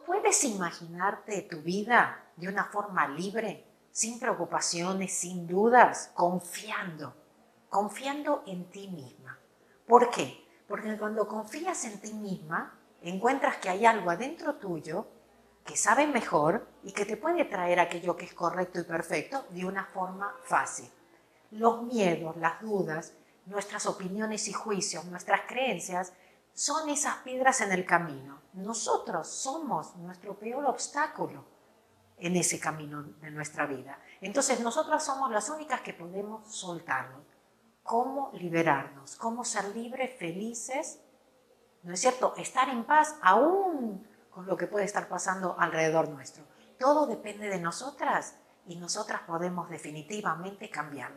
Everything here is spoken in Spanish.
¿Puedes imaginarte tu vida de una forma libre, sin preocupaciones, sin dudas, confiando en ti misma? ¿Por qué? Porque cuando confías en ti misma, encuentras que hay algo adentro tuyo que sabe mejor y que te puede traer aquello que es correcto y perfecto de una forma fácil. Los miedos, las dudas, nuestras opiniones y juicios, nuestras creencias, son esas piedras en el camino. Nosotros somos nuestro peor obstáculo en ese camino de nuestra vida. Entonces nosotras somos las únicas que podemos soltarnos. ¿Cómo liberarnos? ¿Cómo ser libres, felices? ¿No es cierto? Estar en paz aún con lo que puede estar pasando alrededor nuestro. Todo depende de nosotras y nosotras podemos definitivamente cambiarlo.